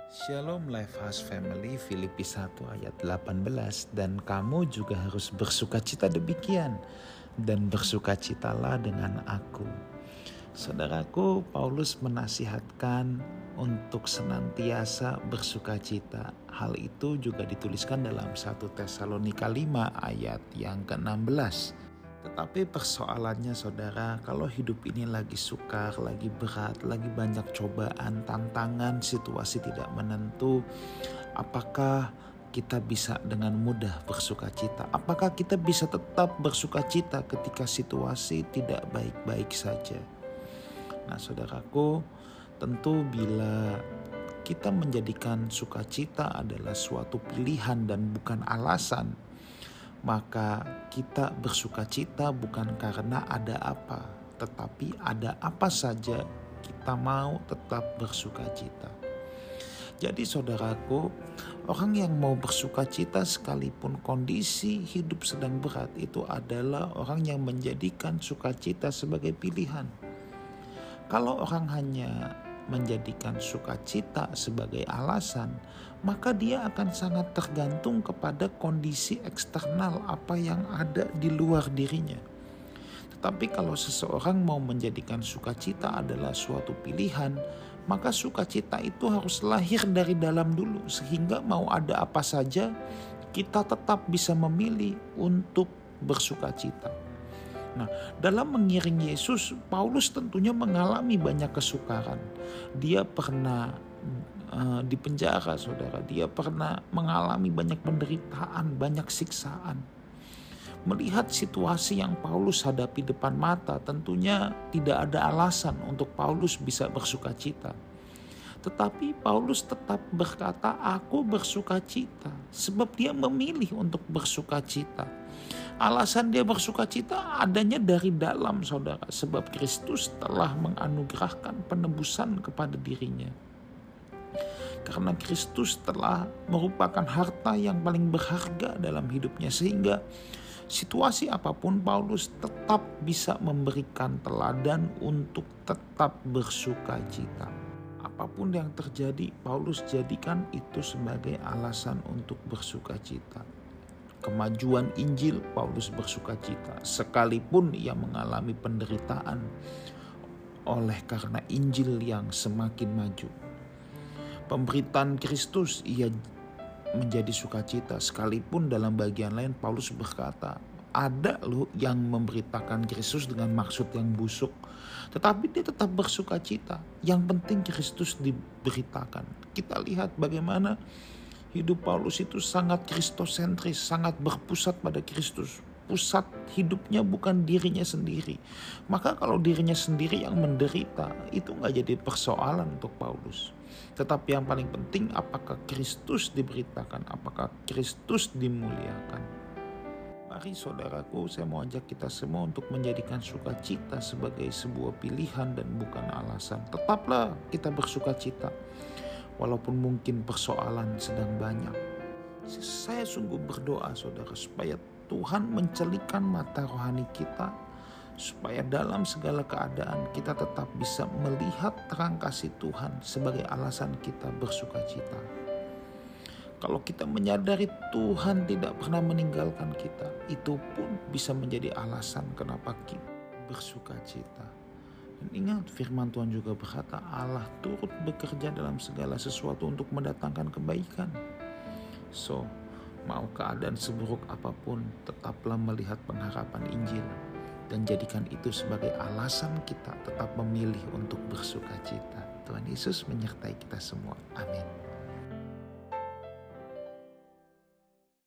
Shalom Lifehouse Family, Filipi 1 ayat 18. Dan kamu juga harus bersukacita demikian, dan bersukacitalah dengan aku. Saudaraku, Paulus menasihatkan untuk senantiasa bersukacita. Hal itu juga dituliskan dalam 1 Tesalonika 5 ayat yang ke-16. Tetapi persoalannya saudara, kalau hidup ini lagi sukar, lagi berat, lagi banyak cobaan, tantangan, situasi tidak menentu, apakah kita bisa dengan mudah bersukacita? Apakah kita bisa tetap bersukacita ketika situasi tidak baik-baik saja? Nah saudaraku, tentu bila kita menjadikan sukacita adalah suatu pilihan dan bukan alasan, maka kita bersukacita bukan karena ada apa, tetapi ada apa saja kita mau tetap bersukacita. Jadi saudaraku, orang yang mau bersukacita sekalipun kondisi hidup sedang berat itu adalah orang yang menjadikan sukacita sebagai pilihan. Kalau orang hanya menjadikan sukacita sebagai alasan, maka dia akan sangat tergantung kepada kondisi eksternal apa yang ada di luar dirinya. Tetapi kalau seseorang mau menjadikan sukacita adalah suatu pilihan, maka sukacita itu harus lahir dari dalam dulu, sehingga mau ada apa saja kita tetap bisa memilih untuk bersukacita. Nah, dalam mengiring Yesus, Paulus tentunya mengalami banyak kesukaran. Dia pernah di penjara, saudara. Dia pernah mengalami banyak penderitaan, banyak siksaan. Melihat situasi yang Paulus hadapi depan mata, tentunya tidak ada alasan untuk Paulus bisa bersukacita. Tetapi Paulus tetap berkata, aku bersukacita, sebab dia memilih untuk bersukacita. Alasan dia bersukacita adanya dari dalam, saudara, sebab Kristus telah menganugerahkan penebusan kepada dirinya. Karena Kristus telah merupakan harta yang paling berharga dalam hidupnya, sehingga situasi apapun Paulus tetap bisa memberikan teladan untuk tetap bersukacita. Apapun yang terjadi, Paulus jadikan itu sebagai alasan untuk bersukacita. Kemajuan Injil, Paulus bersukacita sekalipun ia mengalami penderitaan oleh karena Injil yang semakin maju. Pemberitaan Kristus ia menjadi sukacita, sekalipun dalam bagian lain Paulus berkata, ada loh yang memberitakan Kristus dengan maksud yang busuk, tetapi dia tetap bersukacita. Yang penting Kristus diberitakan. Kita lihat bagaimana hidup Paulus itu sangat kristosentris, sangat berpusat pada Kristus. Pusat hidupnya bukan dirinya sendiri. Maka kalau dirinya sendiri yang menderita, itu gak jadi persoalan untuk Paulus. Tetapi yang paling penting, apakah Kristus diberitakan, apakah Kristus dimuliakan. Mari saudaraku, saya mau ajak kita semua untuk menjadikan sukacita sebagai sebuah pilihan dan bukan alasan. Tetaplah kita bersukacita, walaupun mungkin persoalan sedang banyak. Saya sungguh berdoa saudara, supaya Tuhan mencelikan mata rohani kita, supaya dalam segala keadaan kita tetap bisa melihat terang kasih Tuhan sebagai alasan kita bersukacita. Kalau kita menyadari Tuhan tidak pernah meninggalkan kita, itu pun bisa menjadi alasan kenapa kita bersukacita. Dan ingat, firman Tuhan juga berkata, Allah turut bekerja dalam segala sesuatu untuk mendatangkan kebaikan. So, mau keadaan seburuk apapun, tetaplah melihat pengharapan Injil dan jadikan itu sebagai alasan kita tetap memilih untuk bersukacita. Tuhan Yesus menyertai kita semua. Amin.